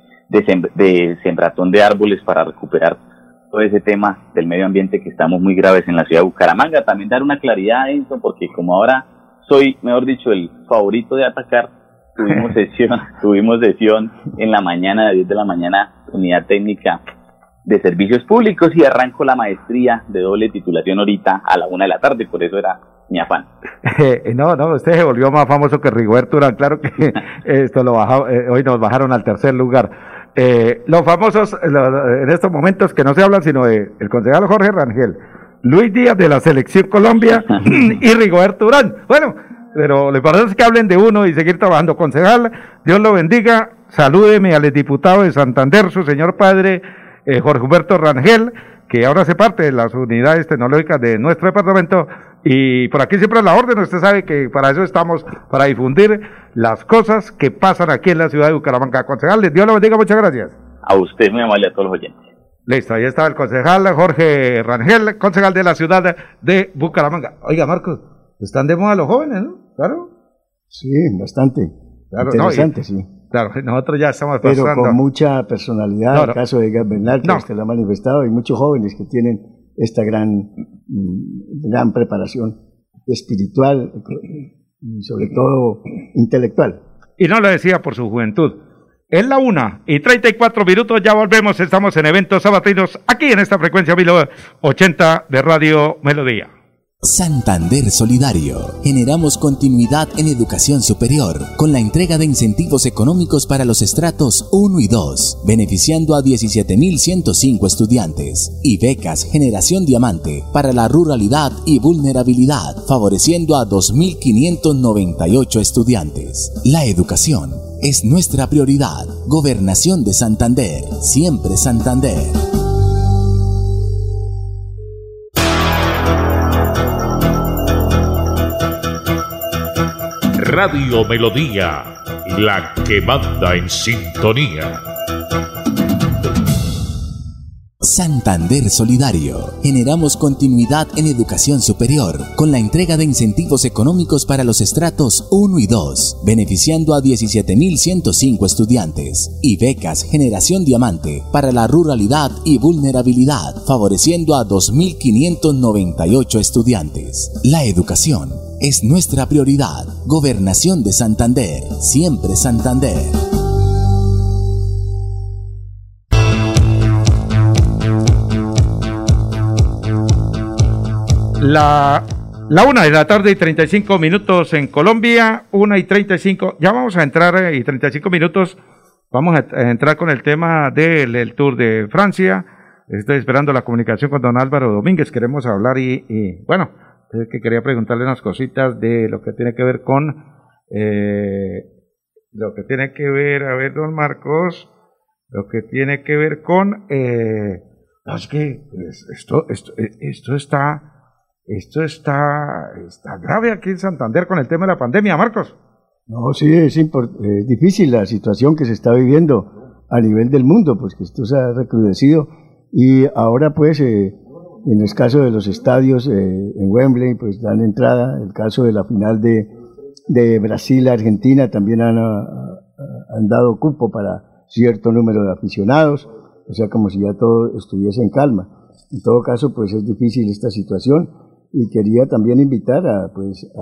de sembratón de árboles para recuperar todo ese tema del medio ambiente que estamos muy graves en la ciudad de Bucaramanga. También dar una claridad a eso, porque como ahora soy, mejor dicho, el favorito de atacar, tuvimos sesión en la mañana, de 10 de la mañana, unidad técnica de servicios públicos, y arranco la maestría de doble titulación ahorita a la 1 de la tarde, por eso era mi afán. No, usted se volvió más famoso que Rigoberto Urán, claro que esto lo bajó, hoy nos bajaron al tercer lugar. Los famosos en estos momentos que no se hablan sino de el concejal Jorge Rangel, Luis Díaz de la Selección Colombia y Rigoberto Urán. Bueno, pero le parece que hablen de uno y seguir trabajando. Concejal, Dios lo bendiga, salúdeme al diputado de Santander, su señor padre, Jorge Humberto Rangel, que ahora hace parte de las unidades tecnológicas de nuestro departamento, y por aquí siempre a la orden. Usted sabe que para eso estamos, para difundir las cosas que pasan aquí en la ciudad de Bucaramanga. Concejal, Dios lo bendiga, muchas gracias. A usted, muy amable, a todos los oyentes. Listo, ahí está el concejal Jorge Rangel, concejal de la ciudad de Bucaramanga. Oiga, Marcos, están de moda los jóvenes, ¿no? Claro. Sí, bastante. Claro, interesante, sí. Claro, nosotros ya estamos pasando. Pero con mucha personalidad, el caso de Egan Bernal, que usted lo ha manifestado, y muchos jóvenes que tienen esta gran preparación espiritual y sobre todo intelectual. Y no lo decía por su juventud. Es la 1:34, ya volvemos, estamos en Eventos Sabatinos, aquí en esta frecuencia 1080 de Radio Melodía. Santander Solidario. Generamos continuidad en educación superior con la entrega de incentivos económicos para los estratos 1 y 2, beneficiando a 17.105 estudiantes, y becas Generación Diamante para la ruralidad y vulnerabilidad, favoreciendo a 2.598 estudiantes. La educación es nuestra prioridad. Gobernación de Santander, siempre Santander. Radio Melodía, la que manda en sintonía. Santander Solidario. Generamos continuidad en educación superior con la entrega de incentivos económicos para los estratos 1 y 2, beneficiando a 17.105 estudiantes, y becas Generación Diamante para la ruralidad y vulnerabilidad, favoreciendo a 2.598 estudiantes. La educación es nuestra prioridad. Gobernación de Santander, siempre Santander. La 1:35 en Colombia, 1:35, ya vamos a entrar y 35 minutos, vamos a entrar con el tema del Tour de Francia. Estoy esperando la comunicación con don Álvaro Domínguez, queremos hablar y bueno, es que quería preguntarle unas cositas de lo que tiene que ver con, a ver, don Marcos, lo que tiene que ver con, es que esto está grave aquí en Santander con el tema de la pandemia, Marcos. No, sí, es difícil la situación que se está viviendo a nivel del mundo, pues que esto se ha recrudecido y ahora pues en el caso de los estadios en Wembley pues dan entrada, el caso de la final de Brasil-Argentina también han dado cupo para cierto número de aficionados, o sea como si ya todo estuviese en calma. En todo caso pues es difícil esta situación y quería también invitar a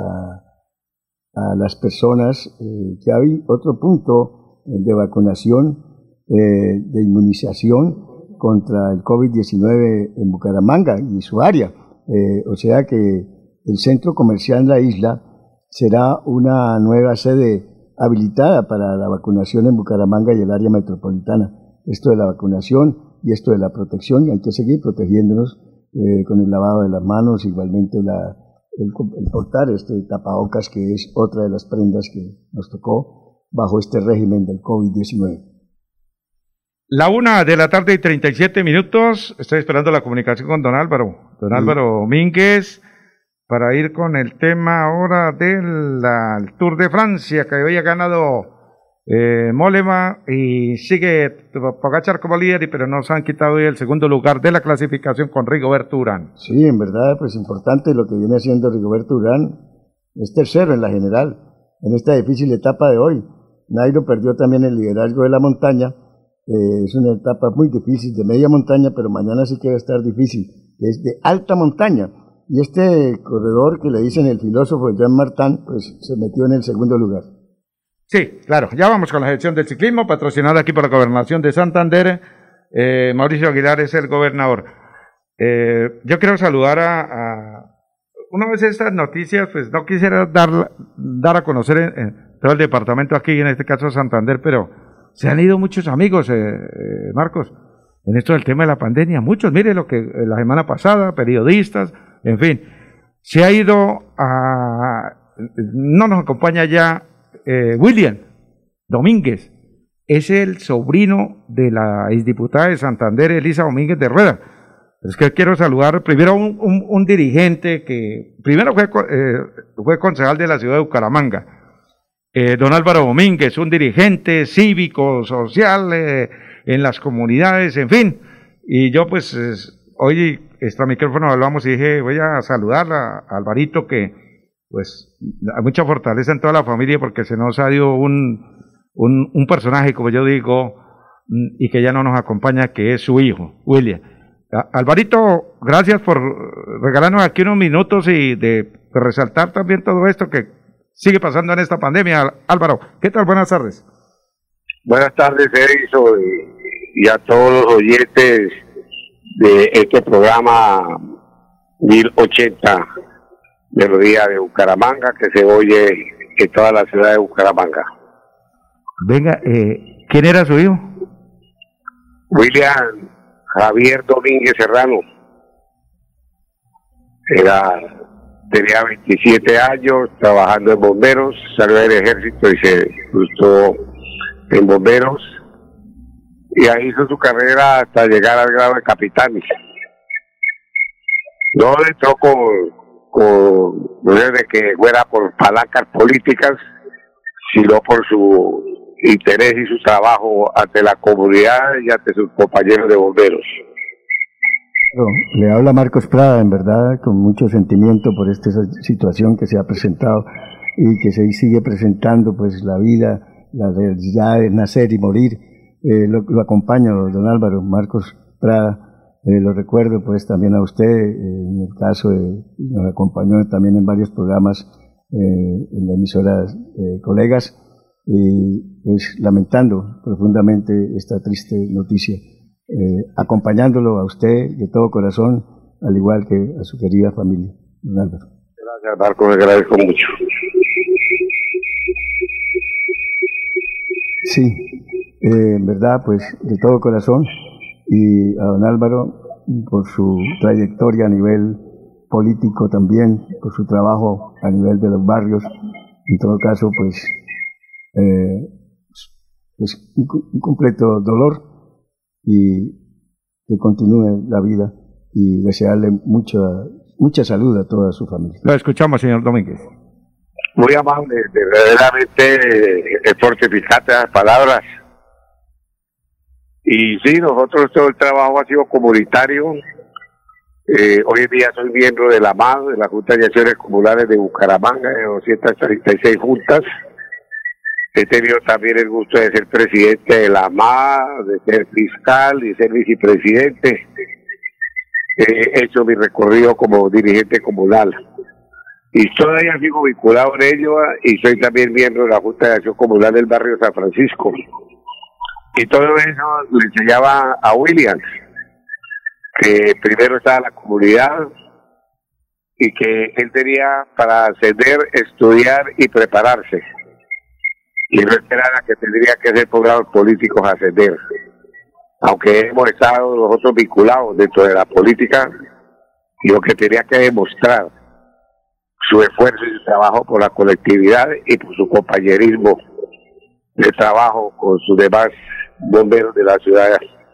las personas que hay otro punto de vacunación, de inmunización contra el COVID-19 en Bucaramanga y su área. O sea que el centro comercial La Isla será una nueva sede habilitada para la vacunación en Bucaramanga y el área metropolitana. Esto de la vacunación y esto de la protección, y hay que seguir protegiéndonos con el lavado de las manos, igualmente el portar este tapabocas, que es otra de las prendas que nos tocó bajo este régimen del COVID-19. La 1:37 PM. Estoy esperando la comunicación con don Álvaro. Don Álvaro Domínguez, para ir con el tema ahora del Tour de Francia, que hoy ha ganado Mollema y sigue Pogačar como líder, pero nos han quitado hoy el segundo lugar de la clasificación con Rigoberto Urán. Sí, en verdad, pues importante lo que viene haciendo Rigoberto Urán. Es tercero en la general, en esta difícil etapa de hoy. Nairo perdió también el liderazgo de la montaña. Es una etapa muy difícil, de media montaña, pero mañana sí que va a estar difícil. Es de alta montaña. Y este corredor que le dicen el filósofo Jean Martin, pues se metió en el segundo lugar. Sí, claro. Ya vamos con la sección del ciclismo, patrocinada aquí por la Gobernación de Santander. Mauricio Aguilar es el gobernador. Yo quiero saludar una vez estas noticias, pues no quisiera dar a conocer en todo el departamento aquí, en este caso Santander, pero se han ido muchos amigos, Marcos, en esto del tema de la pandemia. Muchos, mire lo que la semana pasada, periodistas, en fin, se ha ido no nos acompaña ya William Domínguez, es el sobrino de la exdiputada de Santander, Elisa Domínguez de Rueda. Es que quiero saludar primero a un dirigente que primero fue concejal de la ciudad de Bucaramanga, don Álvaro Domínguez, un dirigente cívico, social, en las comunidades, en fin. Y yo pues hoy extra micrófono hablamos y dije, voy a saludar a Alvarito, que pues hay mucha fortaleza en toda la familia porque se nos ha ido un personaje, como yo digo, y que ya no nos acompaña, que es su hijo, William. Alvarito, gracias por regalarnos aquí unos minutos y de resaltar también todo esto que sigue pasando en esta pandemia. Álvaro, ¿qué tal? Buenas tardes. Buenas tardes, Edison, y a todos los oyentes de este programa 1080 Melodía de Bucaramanga, que se oye en toda la ciudad de Bucaramanga. Venga, ¿quién era su hijo? William Javier Domínguez Serrano. Tenía 27 años, trabajando en bomberos, salió del ejército y se gustó en bomberos, y ahí hizo su carrera hasta llegar al grado de capitán. No le entró no es de que fuera por palancas políticas, sino por su interés y su trabajo ante la comunidad y ante sus compañeros de bomberos. Le habla Marcos Prada, en verdad, con mucho sentimiento por esta situación que se ha presentado y que se sigue presentando, pues la vida, la realidad de nacer y morir. Lo acompaño, don Álvaro, Marcos Prada, lo recuerdo pues también a usted, en el caso nos acompañó también en varios programas en la emisora Colegas, y pues lamentando profundamente esta triste noticia. Acompañándolo a usted de todo corazón, al igual que a su querida familia. Don Álvaro. Gracias, Marco, le agradezco mucho. Sí, en verdad, pues de todo corazón, y a don Álvaro por su trayectoria a nivel político también, por su trabajo a nivel de los barrios. En todo caso, pues un completo dolor y que continúe la vida y desearle mucha salud a toda su familia. Lo escuchamos, señor Domínguez. Muy amable, verdaderamente fortificate las palabras. Y sí, nosotros todo el trabajo ha sido comunitario. Hoy en día soy miembro de la MAD, de la Junta de Acciones Comunales de Bucaramanga, de 236 juntas. He tenido también el gusto de ser presidente de la MAD, de ser fiscal y ser vicepresidente. He hecho mi recorrido como dirigente comunal. Y todavía sigo vinculado en ello y soy también miembro de la Junta de Acción Comunal del barrio San Francisco. Y todo eso le enseñaba a Williams, que primero estaba la comunidad y que él tenía para ascender, estudiar y prepararse. Y no esperar a que tendría que ser programas políticos a ascender. Aunque hemos estado nosotros vinculados dentro de la política, y lo que tenía que demostrar su esfuerzo y su trabajo por la colectividad y por su compañerismo de trabajo con sus demás bomberos de la ciudad.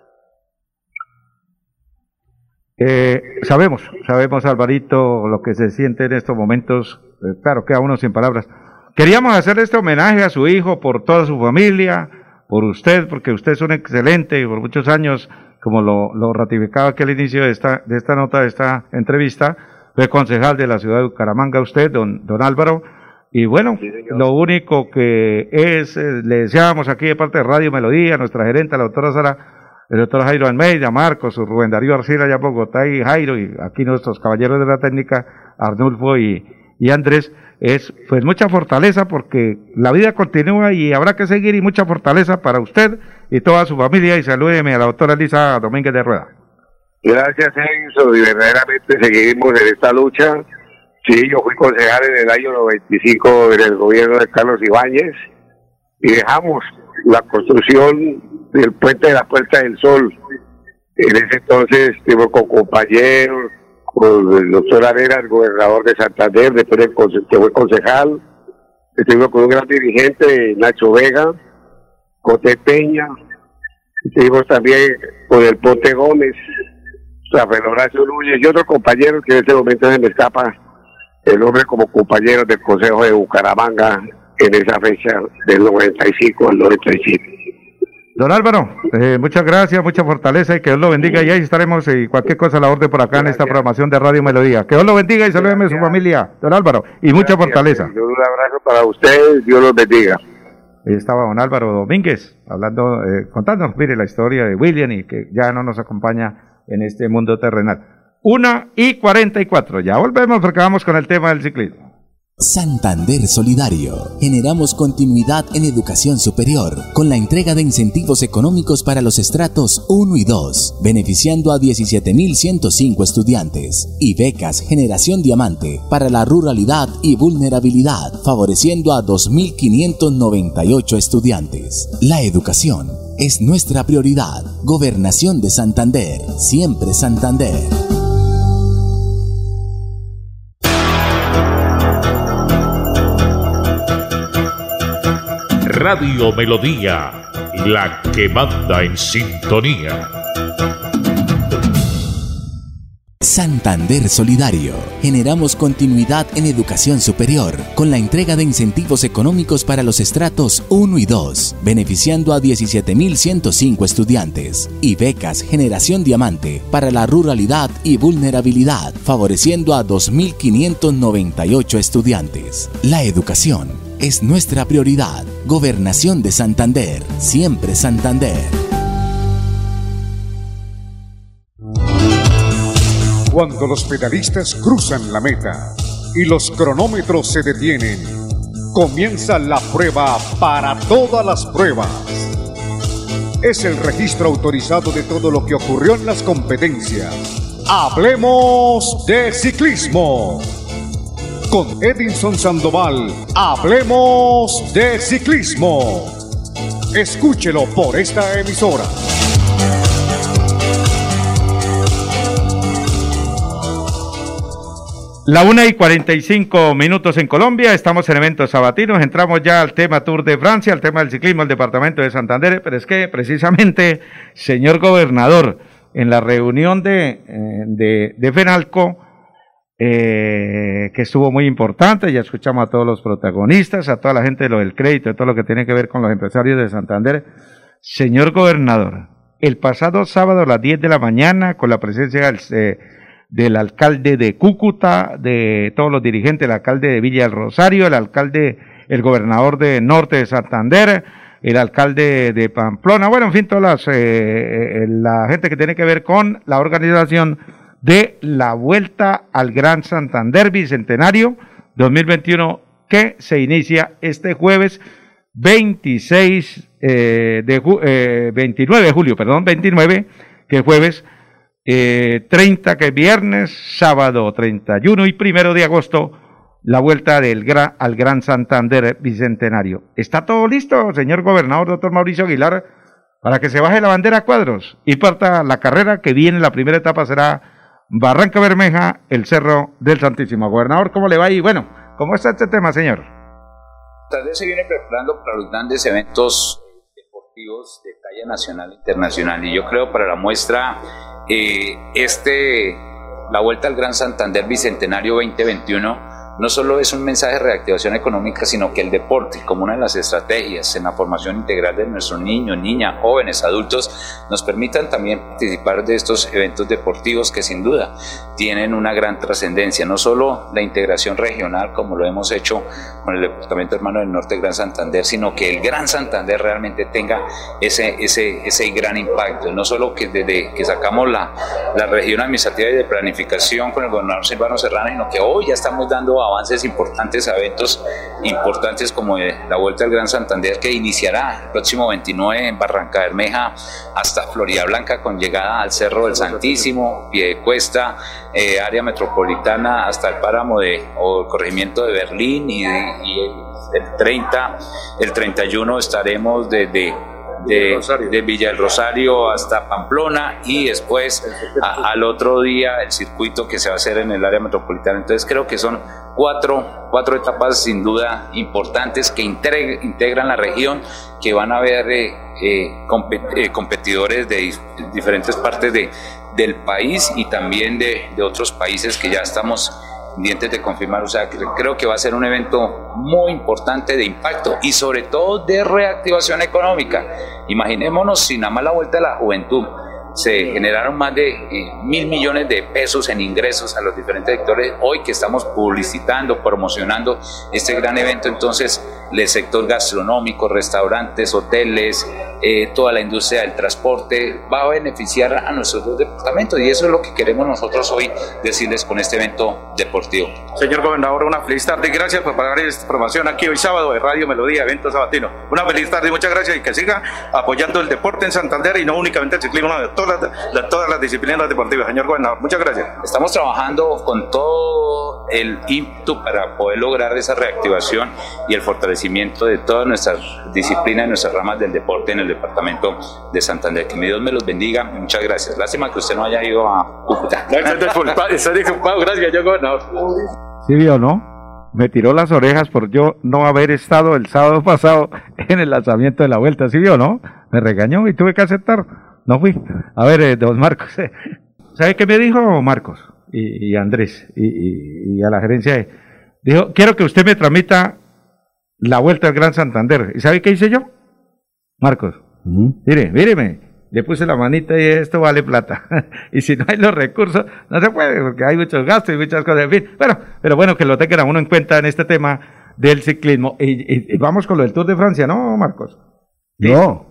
Sabemos, Alvarito, lo que se siente en estos momentos. Claro, queda uno sin palabras. Queríamos hacer este homenaje a su hijo por toda su familia, por usted, porque usted es un excelente y por muchos años, como lo ratificaba aquí al inicio de esta nota, de esta entrevista, fue concejal de la ciudad de Bucaramanga usted, don Álvaro, y bueno, sí, lo único que es, le deseamos aquí de parte de Radio Melodía, nuestra gerente, la doctora Sara, el doctor Jairo Almeida, Marcos, Rubén Darío Arcila, allá en Bogotá, y Jairo, y aquí nuestros caballeros de la técnica, Arnulfo y Andrés, es pues mucha fortaleza porque la vida continúa y habrá que seguir, y mucha fortaleza para usted y toda su familia, y salúdeme a la doctora Elisa Domínguez de Rueda. Gracias, Enzo, y verdaderamente seguimos en esta lucha. Sí, yo fui concejal en el año 95 en el gobierno de Carlos Ibáñez y dejamos la construcción del puente de la Puerta del Sol. En ese entonces estuvimos con compañeros, con el doctor Arena, el gobernador de Santander, después que fue concejal. Estuvimos con un gran dirigente, Nacho Vega, Cote Peña. Estuvimos también con el Ponte Gómez, Rafael Horacio Núñez y otros compañeros que en este momento se me escapa el nombre, como compañeros del Consejo de Bucaramanga en esa fecha del 95 al 97. Don Álvaro, muchas gracias, mucha fortaleza y que Dios lo bendiga, y ahí estaremos y cualquier cosa a la orden por acá en esta programación de Radio Melodía. Que Dios lo bendiga y salúdeme a su familia, don Álvaro, y mucha fortaleza. Un abrazo para ustedes, Dios los bendiga. Ahí estaba don Álvaro Domínguez hablando, contándonos, mire, la historia de William y que ya no nos acompaña en este mundo terrenal. 1:44, ya volvemos porque vamos con el tema del ciclismo. Santander Solidario. Generamos continuidad en educación superior con la entrega de incentivos económicos para los estratos 1 y 2, beneficiando a 17.105 estudiantes, y becas Generación Diamante para la ruralidad y vulnerabilidad, favoreciendo a 2.598 estudiantes. La educación es nuestra prioridad. Gobernación de Santander, siempre Santander. Radio Melodía, la que manda en sintonía. Santander Solidario. Generamos continuidad en educación superior con la entrega de incentivos económicos para los estratos 1 y 2, beneficiando a 17.105 estudiantes, y becas Generación Diamante para la ruralidad y vulnerabilidad, favoreciendo a 2.598 estudiantes. La educación es nuestra prioridad. Gobernación de Santander, siempre Santander. Cuando los pedalistas cruzan la meta y los cronómetros se detienen, comienza la prueba para todas las pruebas. Es el registro autorizado de todo lo que ocurrió en las competencias. Hablemos de ciclismo. Con Edinson Sandoval, hablemos de ciclismo. Escúchelo por esta emisora. La 1:45 en Colombia, estamos en eventos sabatinos, entramos ya al tema Tour de Francia, al tema del ciclismo, el departamento de Santander, pero es que precisamente, señor gobernador, en la reunión de FENALCO, que estuvo muy importante, ya escuchamos a todos los protagonistas, a toda la gente de lo del crédito, de todo lo que tiene que ver con los empresarios de Santander. Señor gobernador, el pasado sábado a las 10 de la mañana, con la presencia del alcalde de Cúcuta, de todos los dirigentes, el alcalde de Villa del Rosario, el gobernador de Norte de Santander, el alcalde de Pamplona, bueno, en fin, toda la gente que tiene que ver con la organización de la Vuelta al Gran Santander Bicentenario 2021, que se inicia este jueves 29 de julio, que es jueves, 30 que es viernes, sábado 31 y 1 de agosto, la Vuelta al Gran Santander Bicentenario. ¿Está todo listo, señor gobernador, doctor Mauricio Aguilar, para que se baje la bandera a cuadros y parta la carrera que viene? La primera etapa será Barranca Bermeja, el Cerro del Santísimo. Gobernador, ¿cómo le va? Y bueno, ¿cómo está este tema, señor? Santander se viene preparando para los grandes eventos deportivos de talla nacional e internacional, y yo creo para la muestra la Vuelta al Gran Santander Bicentenario 2021 no solo es un mensaje de reactivación económica, sino que el deporte, como una de las estrategias en la formación integral de nuestros niños, niñas, jóvenes, adultos, nos permitan también participar de estos eventos deportivos que sin duda tienen una gran trascendencia, no solo la integración regional como lo hemos hecho con el Departamento Hermano del Norte, Gran Santander, sino que el Gran Santander realmente tenga ese gran impacto, no solo que desde que sacamos la región administrativa y de planificación con el gobernador Silvano Serrano, sino que hoy ya estamos dando avances importantes, eventos importantes como la Vuelta al Gran Santander, que iniciará el próximo 29 en Barranca Bermeja hasta Florida Blanca, con llegada al Cerro del Santísimo, Piedecuesta, área metropolitana hasta el páramo o el corregimiento de Berlín, y el 31 estaremos de Villa del Rosario hasta Pamplona, y después al otro día el circuito que se va a hacer en el área metropolitana. Entonces creo que son cuatro etapas sin duda importantes que integran la región, que van a haber competidores de diferentes partes del país y también de otros países que ya estamos pendientes de confirmar. O sea, creo que va a ser un evento muy importante de impacto y sobre todo de reactivación económica. Imaginémonos, si nada más la Vuelta de la Juventud se generaron más de 1.000 millones de pesos en ingresos a los diferentes sectores, hoy que estamos publicitando, promocionando este gran evento, entonces el sector gastronómico, restaurantes, hoteles, toda la industria del transporte va a beneficiar a nuestros dos departamentos, y eso es lo que queremos nosotros hoy decirles con este evento deportivo. Señor gobernador, una feliz tarde, gracias por pagar esta información aquí hoy sábado de Radio Melodía, Evento Sabatino. Una feliz tarde, muchas gracias, y que siga apoyando el deporte en Santander y no únicamente el ciclismo, no, todas las disciplinas deportivas. Señor gobernador, muchas gracias. Estamos trabajando con todo el ímpetu para poder lograr esa reactivación y el fortalecimiento de todas nuestras disciplinas, nuestras ramas del deporte en el departamento de Santander. Que Dios me los bendiga, muchas gracias. Lástima que usted no haya ido a Cúcuta. Estoy disculpado, gracias, señor gobernador. ¿Sí vio, no? Me tiró las orejas por yo no haber estado el sábado pasado en el lanzamiento de la Vuelta, ¿sí vio, no? Me regañó y tuve que aceptar. No fui. A ver, don Marcos, ¿sabe qué me dijo Marcos y Andrés y a la gerencia? Dijo, quiero que usted me tramita la Vuelta al Gran Santander. ¿Y sabe qué hice yo? Marcos, míreme, le puse la manita y esto vale plata. Y si no hay los recursos, no se puede, porque hay muchos gastos y muchas cosas, en fin. Pero bueno, que lo tengan a uno en cuenta en este tema del ciclismo. Y vamos con lo del Tour de Francia, ¿no, Marcos? No.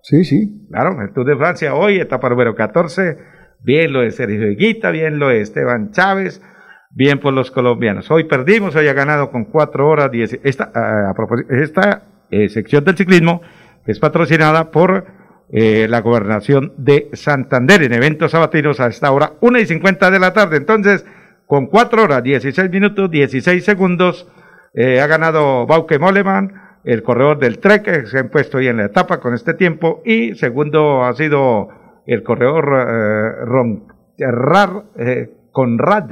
Sí. Claro, el Tour de Francia hoy, etapa número 14, bien lo de Sergio Higuita, bien lo de Esteban Chávez, bien por los colombianos. Hoy perdimos, hoy ha ganado con 4 horas 10. A propósito, esta sección del ciclismo es patrocinada por la Gobernación de Santander en eventos sabatinos a esta hora, 1:50 de la tarde. Entonces, con 4 horas 16 minutos 16 segundos, ha ganado Bauke Mollema, el corredor del Trek, que se ha puesto ahí en la etapa con este tiempo, y segundo ha sido el corredor Roncar Conrad,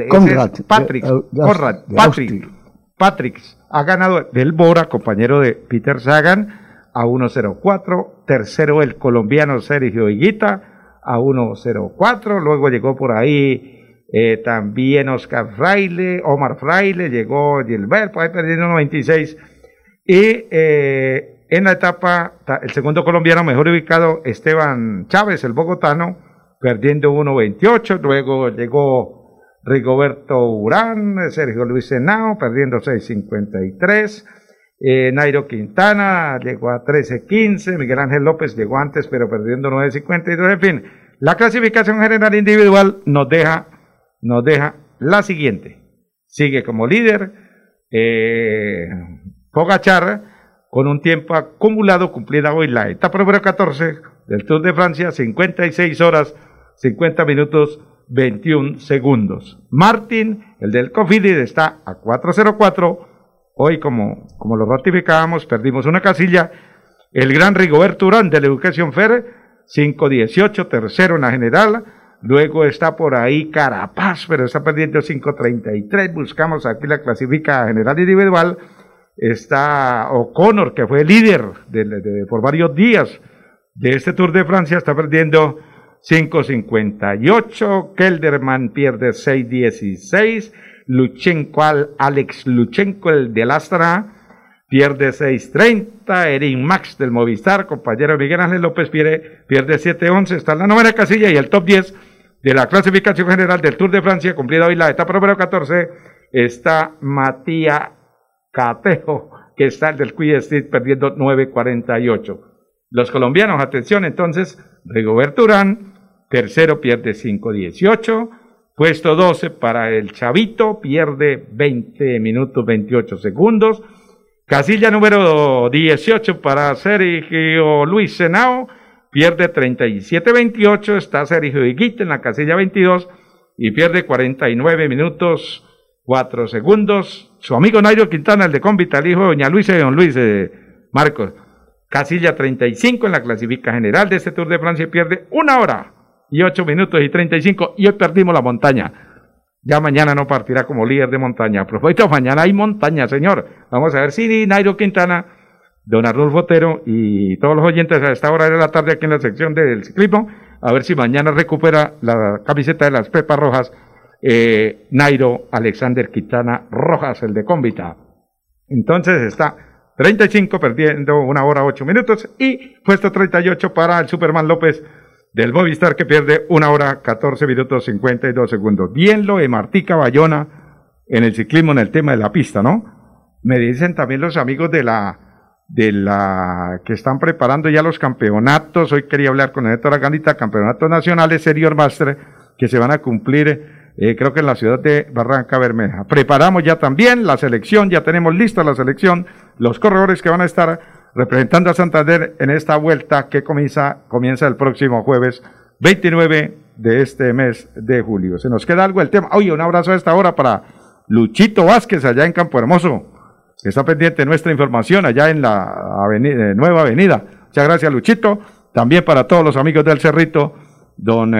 Patrick ha ganado del Bora, compañero de Peter Sagan, a 1.04. Tercero el colombiano Sergio Higuita a 1.04. Luego llegó por ahí también Omar Fraile, llegó Gilbert, por ahí perdiendo 1.26. Y en la etapa, el segundo colombiano mejor ubicado, Esteban Chávez, el bogotano, perdiendo 1.28. Luego llegó Rigoberto Urán, Sergio Luis Henao, perdiendo 6.53. Nairo Quintana llegó a 13.15. Miguel Ángel López llegó antes, pero perdiendo 9.52. En fin, la clasificación general individual nos deja la siguiente. Sigue como líder Pogačar con un tiempo acumulado cumplida hoy la etapa número 14 del Tour de Francia, 56 horas, 50 minutos, 21 segundos. Martin, el del Cofidis, está a 4.04. Hoy, como lo ratificábamos, perdimos una casilla. El gran Rigoberto Urán de la Educación Fer, 5.18, tercero en la general. Luego está por ahí Carapaz, pero está perdiendo 5.33. Buscamos aquí la clasifica general individual. Está O'Connor, que fue líder por varios días de este Tour de Francia, está perdiendo 5.58. Kelderman pierde 6.16. Alex Luchenko, el del Astana, pierde 6.30. Eric Max del Movistar, compañero de Miguel Ángel López, pierde 7.11. Está en la novena casilla y el top 10 de la clasificación general del Tour de Francia, cumplida hoy la etapa número 14, está Matías Catejo, que está el del Quick Step, perdiendo 9.48. Los colombianos, atención entonces, Rigoberto Urán, tercero, pierde 5.18. Puesto 12 para el Chavito, pierde 20 minutos 28 segundos. Casilla número 18 para Sergio Luis Henao, pierde 37.28. Está Sergio Higuita en la casilla 22 y pierde 49 minutos 4 segundos. Su amigo Nairo Quintana, el de Convita, el hijo de doña Luisa y don Luis Marcos. Casilla 35 en la clasifica general de este Tour de Francia, pierde 1 hora y 8 minutos y 35, y hoy perdimos la montaña. Ya mañana no partirá como líder de montaña. A propósito, mañana hay montaña, señor. Vamos a ver si Nairo Quintana, don Arnulfo Otero y todos los oyentes a esta hora de la tarde aquí en la sección del ciclismo, a ver si mañana recupera la camiseta de las Pepas Rojas, Nairo Alexander Quintana Rojas, el de Convita. Entonces está 35, perdiendo 1 hora 8 minutos, y puesto 38 para el Superman López del Movistar, que pierde 1 hora 14 minutos 52 segundos. Bien lo de Martica Bayona en el ciclismo, en el tema de la pista, ¿no? Me dicen también los amigos de la que están preparando ya los campeonatos. Hoy quería hablar con el Héctor Aganita, campeonatos nacionales Senior Master, que se van a cumplir, creo que en la ciudad de Barranca Bermeja. Preparamos ya también la selección, ya tenemos lista la selección, los corredores que van a estar representando a Santander en esta vuelta que comienza el próximo jueves 29 de este mes de julio. ¿Se nos queda algo del tema? Oye, un abrazo a esta hora para Luchito Vázquez allá en Campo Hermoso, que está pendiente de nuestra información allá en la Nueva Avenida. Muchas gracias, Luchito. También para todos los amigos del Cerrito, don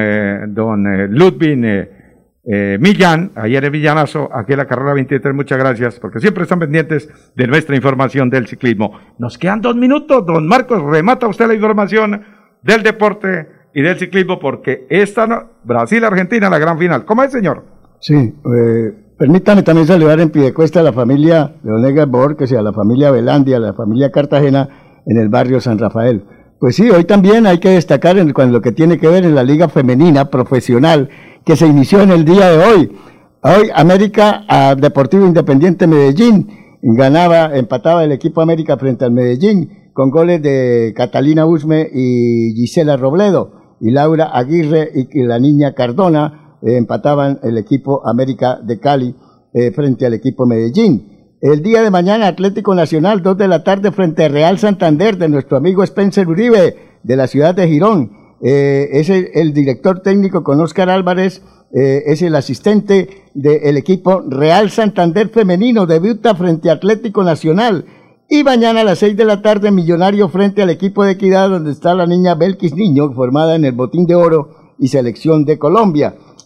Ludwig Millán, ayer en Villanazo, aquí en la carrera 23, muchas gracias, porque siempre están pendientes de nuestra información del ciclismo. Nos quedan 2 minutos, don Marcos, remata usted la información del deporte y del ciclismo, porque Brasil-Argentina, la gran final. ¿Cómo es, señor? Sí, permítame también saludar en Piedecuesta a la familia de don Edgar Borges, a la familia Velandia, a la familia Cartagena, en el barrio San Rafael. Pues sí, hoy también hay que destacar en lo que tiene que ver en la Liga Femenina Profesional, que se inició en el día de hoy. Hoy América Deportivo Independiente Medellín empataba el equipo América frente al Medellín con goles de Catalina Usme y Gisela Robledo, y Laura Aguirre y la niña Cardona empataban el equipo América de Cali frente al equipo Medellín. El día de mañana Atlético Nacional, 2 de la tarde frente a Real Santander de nuestro amigo Spencer Uribe de la ciudad de Girón. Es el director técnico con Óscar Álvarez, es el asistente del equipo Real Santander femenino, debuta frente a Atlético Nacional. Y mañana a las 6 de la tarde Millonario frente al equipo de Equidad, donde está la niña Belkis Niño, formada en el Botín de Oro y Selección de Colombia.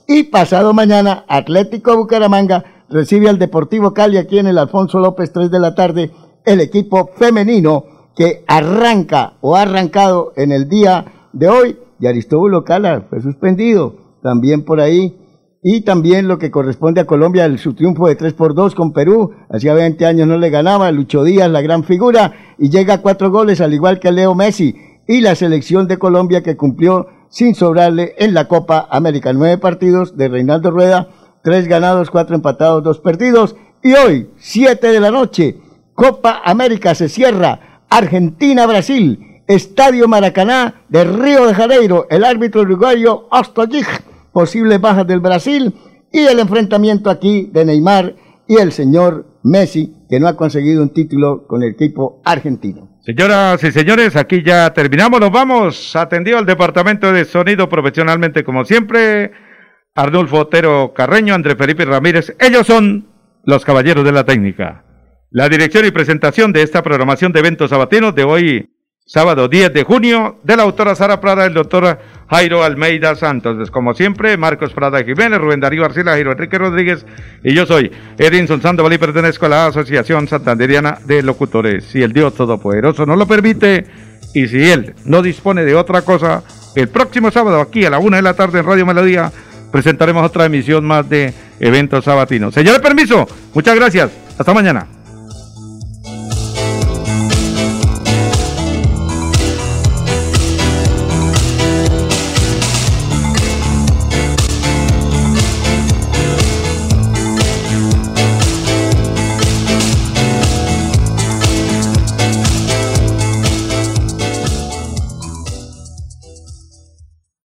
Y pasado mañana, Atlético Bucaramanga recibe al Deportivo Cali aquí en el Alfonso López, 3 de la tarde, el equipo femenino que arranca o ha arrancado en el día de hoy. Y Aristóbulo Cala fue suspendido también por ahí. Y también lo que corresponde a Colombia, su triunfo de 3-2 con Perú. Hacía 20 años no le ganaba. Lucho Díaz, la gran figura, y llega a 4 goles, al igual que Leo Messi. Y la selección de Colombia que cumplió sin sobrarle en la Copa América. 9 partidos de Reinaldo Rueda, 3 ganados, 4 empatados, 2 perdidos. Y hoy, 7 de la noche, Copa América se cierra. Argentina-Brasil, Estadio Maracaná de Río de Janeiro. El árbitro uruguayo Ostojic. Posibles bajas del Brasil y el enfrentamiento aquí de Neymar y el señor Messi, que no ha conseguido un título con el equipo argentino. Señoras y señores, aquí ya terminamos, nos vamos. Atendido al departamento de sonido profesionalmente como siempre, Arnulfo Otero Carreño, Andrés Felipe Ramírez. Ellos son los caballeros de la técnica. La dirección y presentación de esta programación de eventos sabatinos de hoy, sábado 10 de junio, de la autora Sara Prada, el doctor Jairo Almeida Santos. Como siempre, Marcos Prada Jiménez, Rubén Darío Arcila, Jairo Enrique Rodríguez, y yo soy Edinson Sandoval y pertenezco a la Asociación Santanderiana de Locutores. Si el Dios Todopoderoso no lo permite, y si Él no dispone de otra cosa, el próximo sábado, aquí a la 1 de la tarde en Radio Melodía, presentaremos otra emisión más de Eventos Sabatinos. Señores, permiso, muchas gracias, hasta mañana.